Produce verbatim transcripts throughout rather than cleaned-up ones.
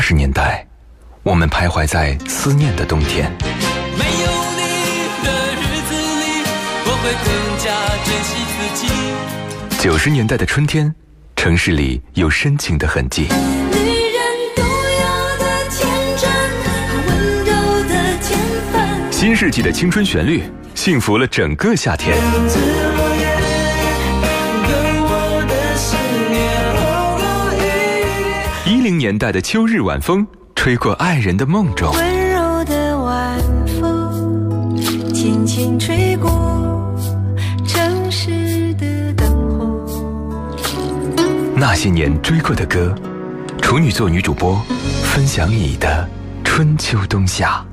十年代，我们徘徊在思念的冬天。 没有你的日子里，我会更加珍惜自己。 九十年代的春天，城市里有深情的痕迹。 女人独有的天真和温柔的天分， 新世纪的青春旋律，幸福了整个夏天。一零年代的秋日晚风，吹过爱人的梦中。 温柔的晚风，轻轻吹过城市的灯火。 那些年追过的歌，处女座女主播分享你的春秋冬夏。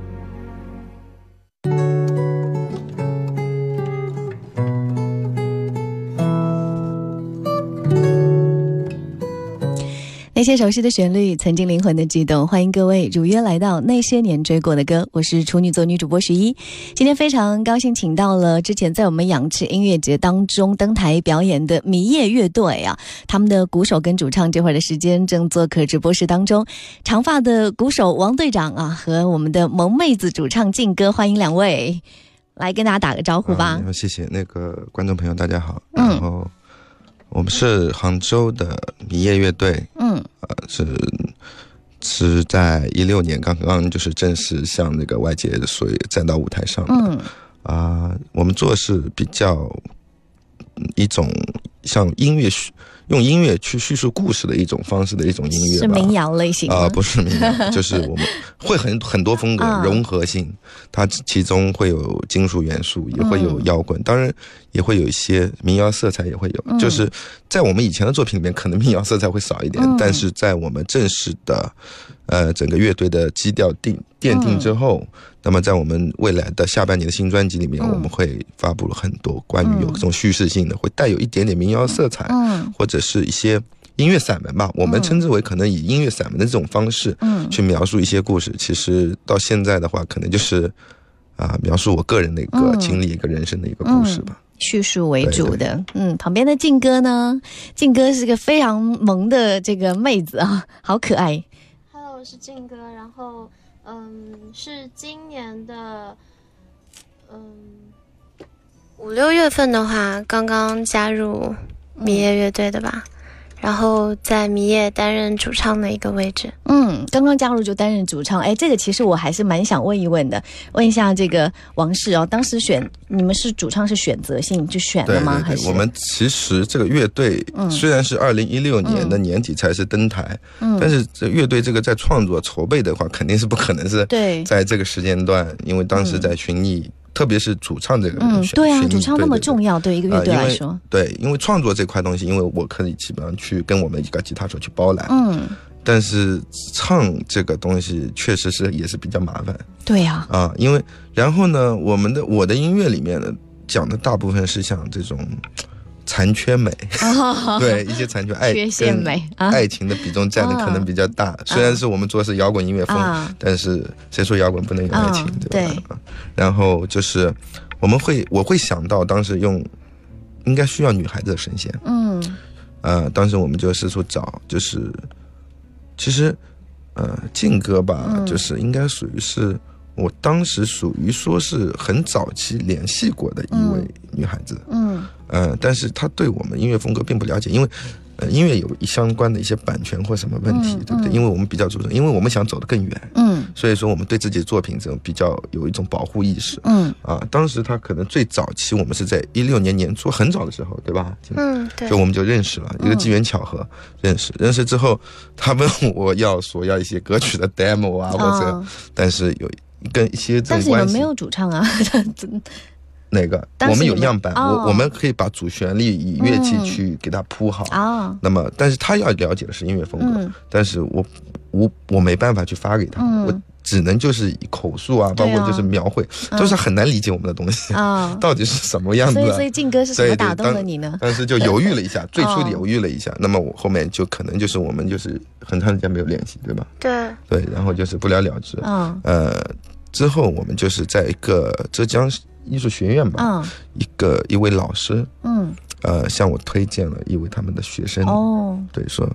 那些熟悉的旋律，曾经灵魂的悸动，欢迎各位如约来到那些年追过的歌。我是处女座女主播徐一，今天非常高兴请到了之前在我们养池音乐节当中登台表演的迷夜乐队啊，他们的鼓手跟主唱这会儿的时间正做客直播室当中，长发的鼓手王队长啊和我们的萌妹子主唱静哥，欢迎两位来跟大家打个招呼吧。 啊、谢谢那个观众朋友大家好，嗯、然后我们是杭州的迷夜乐队，嗯，呃，是是在一六年刚刚就是正式向那个外界所以站到舞台上的，嗯，啊、呃，我们做是比较一种像音乐用音乐去叙述故事的一种方式的一种音乐吧， 是民谣类型啊、呃，不是民谣，就是我们会很很多风格融合性，它其中会有金属元素，也会有摇滚，当然也会有一些民谣色彩，也会有。就是在我们以前的作品里面，可能民谣色彩会少一点，但是在我们正式的呃整个乐队的基调定奠定之后，那么在我们未来的下半年的新专辑里面，我们会发布了很多关于有这种叙事性的，会带有一点点民谣色彩，或者是一些音乐散文吧，我们称之为可能以音乐散文的这种方式去描述一些故事，其实到现在的话可能就是啊、呃、描述我个人的一个经历、一个人生的一个故事吧， 叙述为主的。嗯，旁边的静哥呢，静哥是个非常萌的这个妹子啊，好可爱。 Hello， 我是静哥，然后嗯是今年的嗯五六月份的话刚刚加入迷夜乐队的吧，然后在迷夜担任主唱的一个位置。 嗯，刚刚加入就担任主唱，哎，这个其实我还是蛮想问一问的，问一下这个王氏哦，当时选你们是主唱是选择性就选了吗？ 对对对， 还是我们其实这个乐队虽然是二零一六年的年底才是登台，嗯、但是这乐队这个在创作筹备的话，肯定是不可能是在这个时间段，因为当时在巡艺。嗯，特别是主唱这个人选， 嗯，对啊，主唱那么重要，对一个乐队来说， 呃、对，因为创作这块东西，因为我可以基本上去跟我们一个吉他手去包揽，嗯，但是唱这个东西确实是也是比较麻烦， 对呀，啊， 啊，因为然后呢，我们的我的音乐里面呢讲的大部分是像这种残缺美，哦、对一些残缺爱、 缺陷美、啊， 爱情的比重占的可能比较大。啊、虽然是我们做的是摇滚音乐风，啊、但是谁说摇滚不能有爱情，啊、对吧？对。然后就是我们会，我会想到当时用，应该需要女孩子的声线，嗯，呃，当时我们就四处找，就是其实，呃，静哥吧，嗯、就是应该属于是。我当时属于说是很早期联系过的一位女孩子，嗯，呃，但是她对我们音乐风格并不了解，因为，呃，音乐有相关的一些版权或什么问题，嗯、对不对？因为我们比较注重，因为我们想走得更远，嗯，所以说我们对自己的作品这种比较有一种保护意识，嗯，啊，当时她可能最早期我们是在一六年年初很早的时候，对吧？ 嗯，对， 就我们就认识了，一个机缘巧合认识，认识之后，她问我要说要一些歌曲的 demo 啊，或者，哦、但是有。跟一些这种关系， 但是你们没有主唱啊？ 哪个？我们有样板，哦、我我们可以把主旋律以乐器去给它铺好。嗯、那么，但是他要了解的是音乐风格，嗯、但是我我我没办法去发给他，嗯、我只能就是以口述啊，包括就是描绘，哦、都是很难理解我们的东西，嗯、到底是什么样子，啊。 所以，所以静哥是什么打动了你呢？ 但是就犹豫了一下，最初的犹豫了一下，那么我后面就可能就是我们就是很长时间没有联系，对吧？ 对对，然后就是不了了之。嗯，呃。之后我们就是在一个浙江艺术学院吧，嗯、一个一位老师，嗯，呃，向我推荐了一位他们的学生，哦，对，说，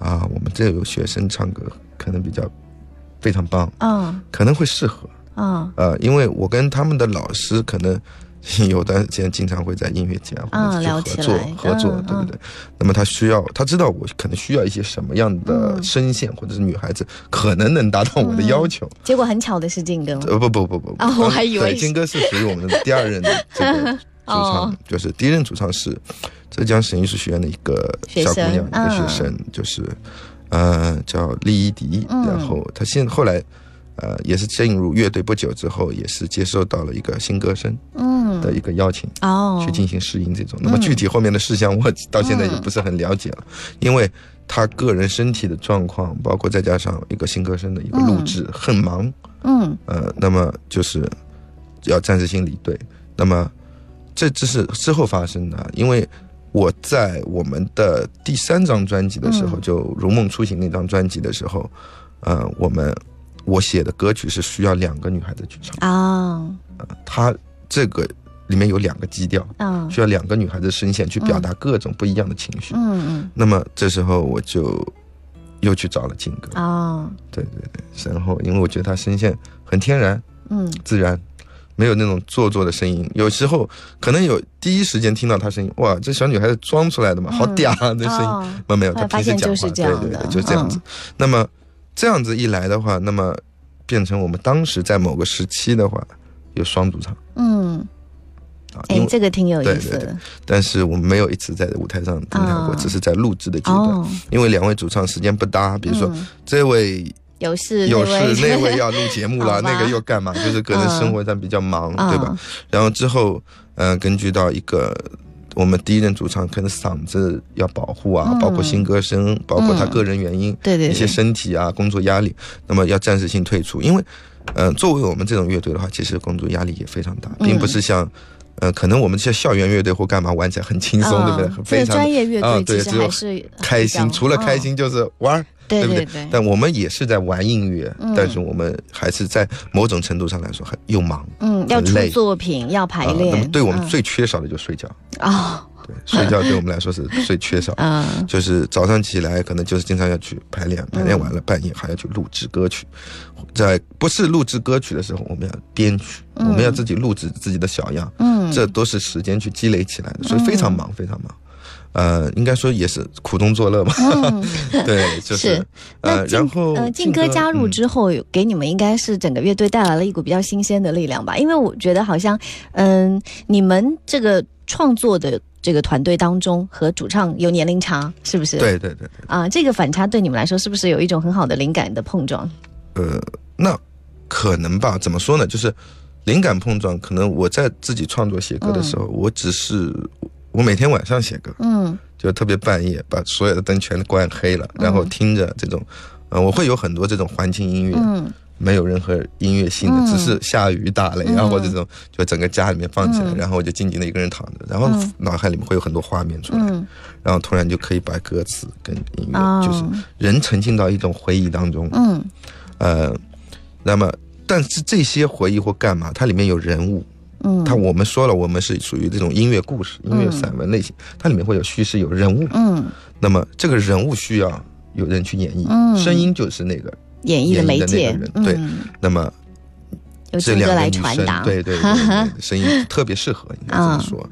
啊，我们这有学生唱歌可能比较非常棒， 嗯， 可能会适合， 嗯， 呃，因为我跟他们的老师可能有段时间经常会在音乐节啊，或者去合作、嗯、合作，对对对。那么他需要，他知道我可能需要一些什么样的声线，嗯、或者是女孩子可能能达到我的要求。 嗯、结果很巧的是靖哥吗？ 呃，不不不不不， 啊、哦，我还以为靖哥是属于我们的第二任的这个主唱，哦、就是第一任主唱是浙江省艺术学院的一个小姑娘，一个学生，嗯、就是呃叫厉一迪，嗯、然后她现后来。呃，也是进入乐队不久之后，也是接受到了一个新歌声嗯的一个邀请哦，去进行试音这种。那么具体后面的事项，我到现在也不是很了解了，嗯、因为他个人身体的状况，包括再加上一个新歌声的一个录制，嗯、很忙，嗯，呃，那么就是要暂时性离队。那么这只是之后发生的，因为我在我们的第三张专辑的时候，嗯、就《如梦初醒》那张专辑的时候，呃，我们。我写的歌曲是需要两个女孩子去唱啊、哦呃，它这个里面有两个基调，嗯、哦，需要两个女孩子声线去表达各种不一样的情绪，嗯嗯。那么这时候我就又去找了靖哥哦，对对对，然后因为我觉得他声线很天然，嗯，自然，没有那种做作的声音。有时候可能有第一时间听到他声音，哇，这小女孩子装出来的嘛，嗯、好嗲啊，这声音，哦、没没有，她平时讲话，对对对，就是这样子。嗯、那么。这样子一来的话，那么变成我们当时在某个时期的话，有双主唱。嗯， 哎、啊，这个挺有意思的。对对对， 但是我们没有一次在舞台上停下过，哦、只是在录制的阶段。哦、因为两位主唱时间不搭，比如说、嗯、这位有事有事，那位要录节目了，那个又干嘛？就是可能生活上比较忙，嗯、对吧？然后之后，嗯、呃，根据到一个。我们第一任主唱可能嗓子要保护啊，嗯、包括新歌声，包括他个人原因，对对、嗯，一些身体啊、工作压力，那么要暂时性退出。因为，呃，作为我们这种乐队的话，其实工作压力也非常大，并不是像，呃，可能我们这些校园乐队或干嘛玩起来很轻松，嗯、对不对？非常专业乐队其实还是开心，除了开心就是玩。对不对？对对对，但我们也是在玩音乐，嗯、但是我们还是在某种程度上来说很又忙， 嗯，要出作品，要排练。 呃、那么对我们最缺少的就是睡觉啊。哦对，睡觉对我们来说是最缺少的，嗯、就是早上起来可能就是经常要去排练，排练完了半夜还要去录制歌曲，在不是录制歌曲的时候，我们要编曲，嗯、我们要自己录制自己的小样，嗯，这都是时间去积累起来的，所以非常忙，非常忙。呃，应该说也是苦中作乐嘛，嗯、对，就是是呃，然后呃，靖哥加入之后，嗯、给你们应该是整个乐队带来了一股比较新鲜的力量吧？因为我觉得好像，嗯、呃，你们这个创作的这个团队当中和主唱有年龄差，是不是？ 对对对对。 啊，这个反差对你们来说是不是有一种很好的灵感的碰撞？ 呃，那可能吧。怎么说呢？就是灵感碰撞，可能我在自己创作写歌的时候，嗯、我只是。我每天晚上写歌，嗯，就特别半夜把所有的灯全关黑了，嗯、然后听着这种，呃，我会有很多这种环境音乐，嗯，没有任何音乐性的，嗯、只是下雨打雷啊，嗯、或者这种，就整个家里面放起来，嗯、然后我就静静的一个人躺着，然后脑海里面会有很多画面出来，嗯、然后突然就可以把歌词跟音乐，哦、就是人沉浸到一种回忆当中，嗯，呃，那么但是这些回忆或干嘛，它里面有人物。嗯，它我们说了，我们是属于这种音乐故事、音乐散文类型，嗯、它里面会有叙事、有人物。嗯，那么这个人物需要有人去演绎，嗯，声音就是那个演绎的媒介， 嗯、对。那么这两个女生， 对对 对, 对, 对，声音特别适合，应该这么说。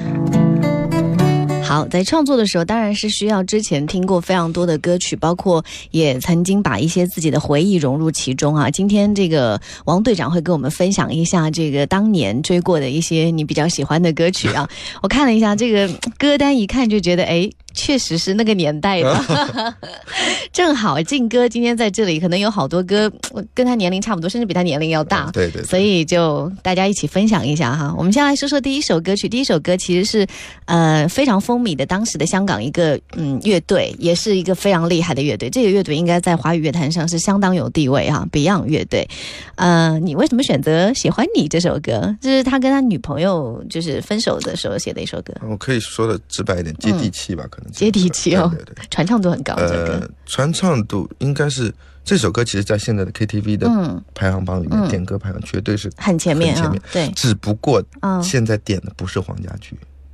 好，在创作的时候当然是需要之前听过非常多的歌曲，包括也曾经把一些自己的回忆融入其中啊。今天这个王队长会跟我们分享一下这个当年追过的一些你比较喜欢的歌曲啊。我看了一下这个歌单，一看就觉得哎，确实是那个年代的。正好靖哥今天在这里，可能有好多歌跟他年龄差不多，甚至比他年龄要大， 对 对, 对， 所以就大家一起分享一下哈。我们先来说说第一首歌曲，第一首歌其实是呃非常风靡的当时的香港一个嗯乐队，也是一个非常厉害的乐队。这个乐队应该在华语乐坛上是相当有地位哈 ，Beyond 乐队。呃，你为什么选择《喜欢你》这首歌？这是他跟他女朋友就是分手的时候写的一首歌。 我可以说的直白一点，接地气吧，嗯、可能接地气哦，对对对，传唱度很高。 呃， 这个传唱度应该是这首歌，其实在现在的 K T V 的排行榜里面，嗯、点歌排行绝对是很前面， 很前面。 对， 只不过现在点的不是黄家驹。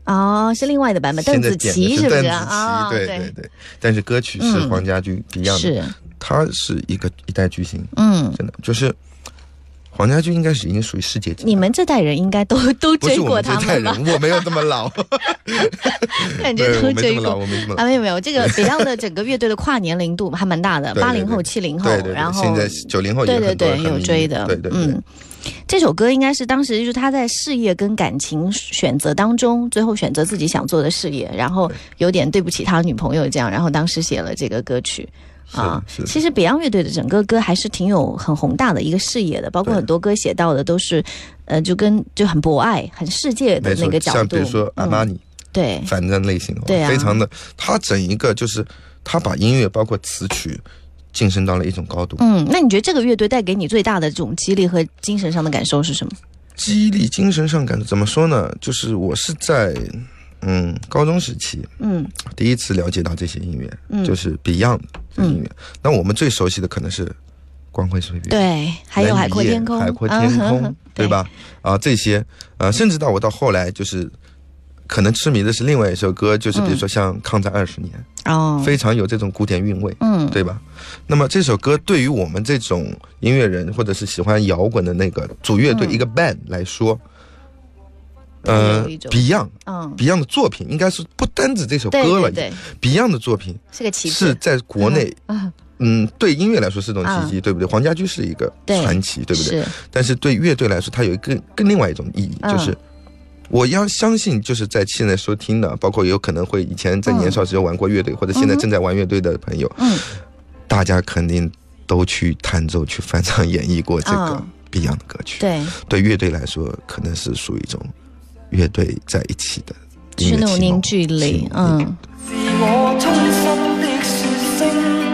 哦，是另外的版本，邓紫棋是不是？ 邓紫棋、哦、对对对，但是歌曲是黄家驹 Beyond 的、嗯、他是一个一代巨星，嗯，真的就是黄家驹应该是已经属于世界级。 你们这代人应该都都追过他们吧？ 不是我们这代人，我没有这么老， 感觉都追过。 我没这么老， 啊，没有没有，这个 Beyond 的整个乐队的跨年龄度还蛮大的，八零后、七零后， 对对对， 然后现在九零后也对对对有追的， 对对对。 嗯，这首歌应该是当时就是他在事业跟感情选择当中，最后选择自己想做的事业，然后有点对不起他女朋友这样，然后当时写了这个歌曲。啊，其实 Beyond 乐队的整个歌还是挺有很宏大的一个视野的，包括很多歌写到的都是，呃，就跟就很博爱、很世界的那个角度。 像比如说阿玛尼、嗯， 对， 反战类型， 对、啊， 非常的，他整一个就是他把音乐包括词曲晋升到了一种高度。 嗯，那你觉得这个乐队带给你最大的这种激励和精神上的感受是什么？ 激励精神上感受怎么说呢？就是我是在。嗯，高中时期，嗯，第一次了解到这些音乐，嗯，就是 Beyond 的音乐。嗯、那我们最熟悉的可能是《光辉岁月》， 对，还有《海阔天空》，《 海阔天空》嗯，对吧？啊，这些，呃，甚至到我到后来，就是可能痴迷的是另外一首歌，就是比如说像《抗战二十年》，哦、嗯，非常有这种古典韵味，嗯，对吧？那么这首歌对于我们这种音乐人或者是喜欢摇滚的那个主乐队、嗯、一个 band 来说。呃 ，Beyond， 嗯 ，Beyond 的作品应该是不单指这首歌了，对对对 ，Beyond 的作品是个奇迹， 是在国内，嗯，嗯对音乐来说是种奇迹，嗯、对不对？黄家驹是一个传奇， 对, 对不对？但是对乐队来说，它有一个更另外一种意义，嗯、就是我要相信，就是在现在收听的，包括有可能会以前在年少时候玩过乐队，嗯、或者现在正在玩乐队的朋友，嗯，大家肯定都去弹奏、去翻唱、演绎过这个 Beyond 的歌曲， 对， 对乐队来说，可能是属于一种。乐队在一起的就是那种凝聚力，嗯。是我衷心的说聲，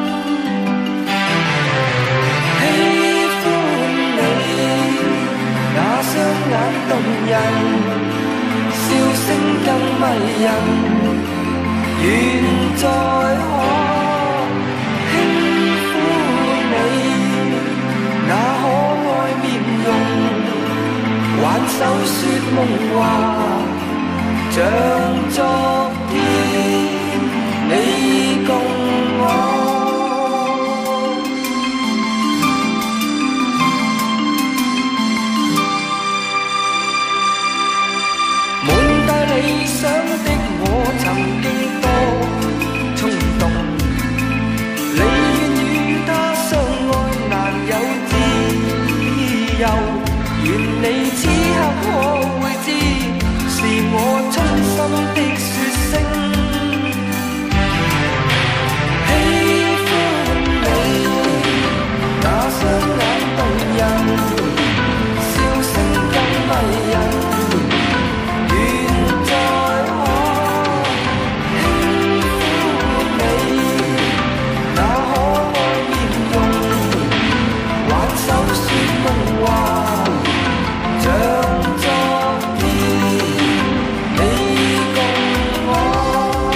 喜歡你，那雙眼動人，笑聲更迷人，願再可輕撫你，那可愛面容。挽手說夢話，像昨天你共我。滿帶理想的我曾經多衝動，你願與他相愛難有自由。願你此刻可會知，是我衷心的說聲，喜歡你，那雙眼動人，笑聲更迷人，願再可輕撫你，那可愛面容，挽手說夢話。像昨天你共我。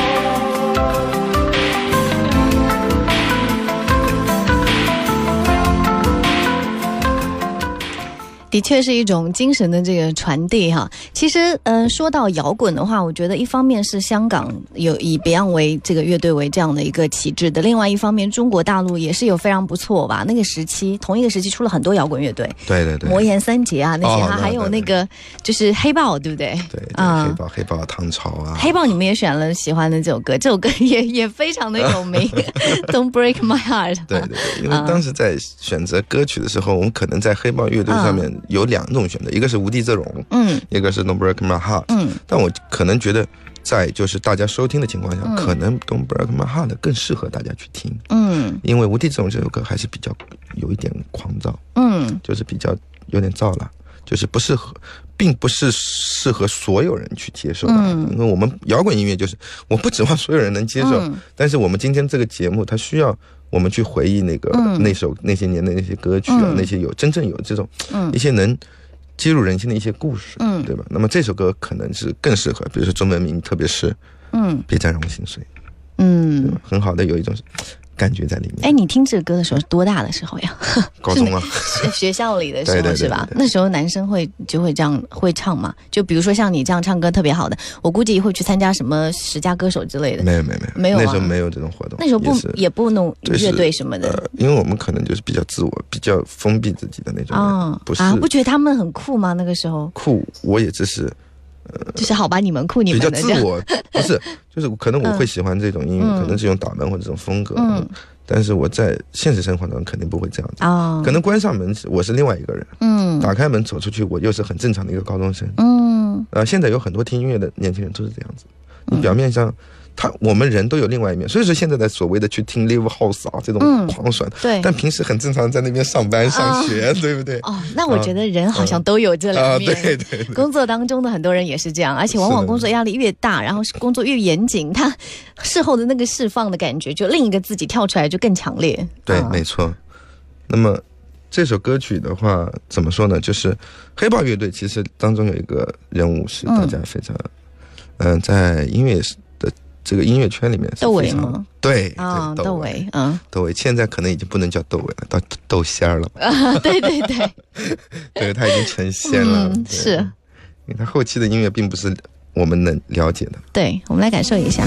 的确是一种精神的这个传递哈。其实，嗯、呃，说到摇滚的话，我觉得一方面是香港有以 Beyond 为这个乐队为这样的一个旗帜的，另外一方面中国大陆也是有非常不错吧。那个时期，同一个时期出了很多摇滚乐队， 对对对， 魔岩三杰啊那些，哦、还有那个就是黑豹，对不对？ 对，对嗯、黑豹黑豹唐朝啊， 黑豹你们也选了喜欢的这首歌，这首歌也也非常的有名，Don't Break My Heart。 对对对，因为当时在选择歌曲的时候，我们可能在黑豹乐队上面。嗯有两种选择，一个是无地自容，嗯，一个是 Don't Break My Heart， 嗯，但我可能觉得，在就是大家收听的情况下，嗯、可能 Don't Break My Heart 更适合大家去听，嗯，因为无地自容这首歌还是比较有一点狂躁，嗯，就是比较有点躁了，就是不适合，并不是适合所有人去接受的，嗯，因为我们摇滚音乐就是我不指望所有人能接受，嗯、但是我们今天这个节目它需要。我们去回忆那个、嗯、那首那些年的那些歌曲啊，嗯、那些有真正有这种、嗯、一些能击入人心的一些故事，嗯，对吧？那么这首歌可能是更适合，比如说中文名，特别是嗯，别再让我心碎，嗯，对吧？很好的有一种感觉在里面。 哎，你听这个歌的时候是多大的时候呀？ 高中啊， 学校里的时候对对对对对是吧？那时候男生会就会这样会唱嘛？就比如说像你这样唱歌特别好的，我估计会去参加什么十佳歌手之类的。 没有没有没有没有、啊， 那时候没有这种活动。 那时候不 也, 也不弄乐队什么的、 呃，因为我们可能就是比较自我、比较封闭自己的那种人，哦、不是啊？不觉得他们很酷吗？那个时候酷，我也只是。 呃，就是好吧，你们酷，你们比较自我，不是，就是可能我会喜欢这种音乐，嗯、可能这种打扮或者这种风格，嗯，但是我在现实生活中肯定不会这样子，哦，可能关上门我是另外一个人，嗯，打开门走出去，我又是很正常的一个高中生，嗯，呃，现在有很多听音乐的年轻人都是这样子，你表面上。他我们人都有另外一面，所以说现在的所谓的去听 live house 啊这种狂甩、嗯，对，但平时很正常在那边上班上学，哦、对不对？ 哦，那我觉得人好像都有这两面。啊、 对, 对对， 工作当中的很多人也是这样，而且往往工作压力越大，然后工作越严谨，他事后的那个释放的感觉，就另一个自己跳出来就更强烈。 对，啊、没错。那么这首歌曲的话，怎么说呢？就是黑豹乐队其实当中有一个人物是大家非常，嗯、呃，在音乐的。这个音乐圈里面是窦唯吗？ 对啊，窦唯，嗯， 窦唯现在可能已经不能叫窦唯了，到窦仙儿了。 啊，对对对， 对他已经成仙了。 嗯、是， 因为他后期的音乐并不是我们能了解的。 对，我们来感受一下。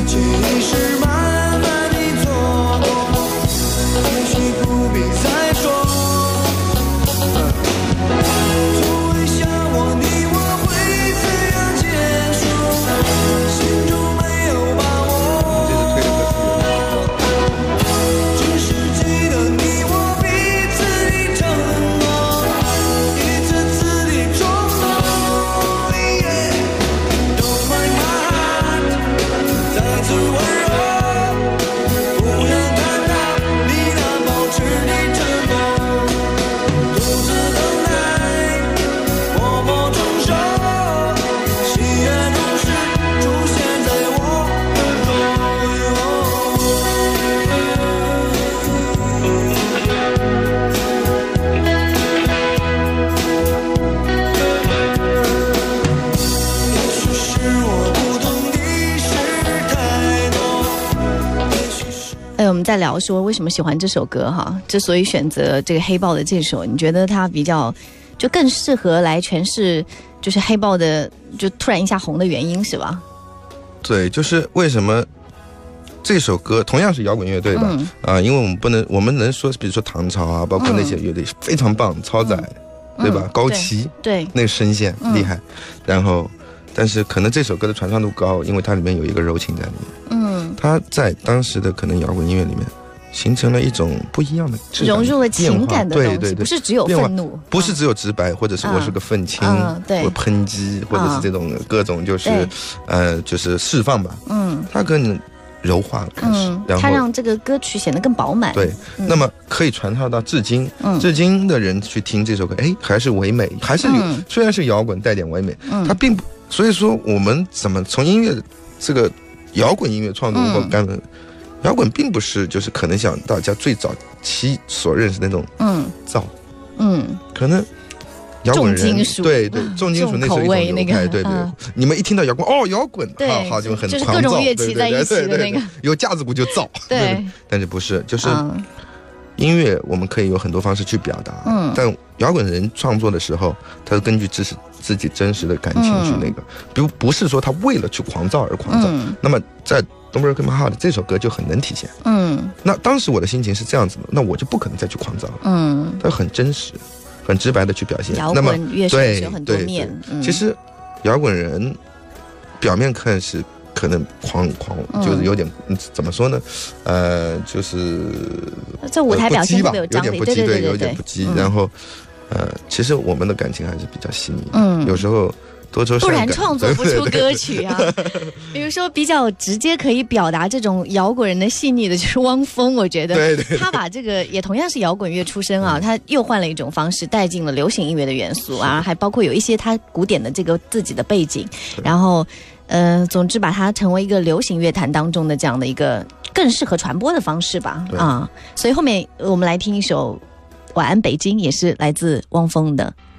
我们在聊说为什么喜欢这首歌哈，之所以选择这个黑豹的这首，你觉得它比较就更适合来诠释就是黑豹的就突然一下红的原因是吧？ 对，就是为什么这首歌同样是摇滚乐队吧，嗯、啊，因为我们不能我们能说比如说唐朝啊，包括那些乐队非常棒，嗯、超载、嗯、对吧？高旗对, 对那个声线厉害，嗯、然后但是可能这首歌的传唱度高，因为它里面有一个柔情在里面。嗯，它在当时的可能摇滚音乐里面形成了一种不一样的质感， 融入了情感的东西， 对对对， 不是只有愤怒， 不是只有直白，或者是我是个愤青，嗯、对，或者抨击，或者是这种各种就是呃就是释放吧。嗯，它更柔化了开始，嗯、然后它让这个歌曲显得更饱满。 对，嗯、那么可以传唱到至今，嗯、至今的人去听这首歌，哎，还是唯美，还是有，嗯、虽然是摇滚带点唯美，嗯、它并不。所以说，我们怎么从音乐这个摇滚音乐创作或干、嗯、摇滚并不是就是可能像大家最早期所认识那种嗯造嗯可能摇滚人重金属对对重金属那是一种流派、那个、对对、嗯，你们一听到摇滚哦摇滚好好就很就是各种乐器在一起的那个， 对对对对有架子鼓就造对, 对, 对，但是不是就是。嗯音乐我们可以有很多方式去表达，嗯，但摇滚人创作的时候，他是根据自己自己真实的感情去那个，比如不是说他为了去狂躁而狂躁。嗯、那么在《Don't Break My Heart》这首歌就很能体现。嗯，那当时我的心情是这样子的，那我就不可能再去狂躁了。嗯，它很真实，很直白的去表现。 摇滚乐是有很多面， 嗯、其实摇滚人表面看是。可能狂狂就是有点、嗯、怎么说呢？呃，就是在舞台表现吧，有点不羁，对，有点不羁。然后，呃，其实我们的感情还是比较细腻。嗯，有时候多愁善感， 不然创作不出歌曲啊。比如说比较直接可以表达这种摇滚人的细腻的，就是汪峰。我觉得， 对对对， 他把这个也同样是摇滚乐出身啊，他又换了一种方式，带进了流行音乐的元素啊，还包括有一些他古典的这个自己的背景，然后。呃，总之把它成为一个流行乐坛当中的这样的一个更适合传播的方式吧，啊，所以后面我们来听一首《晚安北京》，也是来自汪峰的。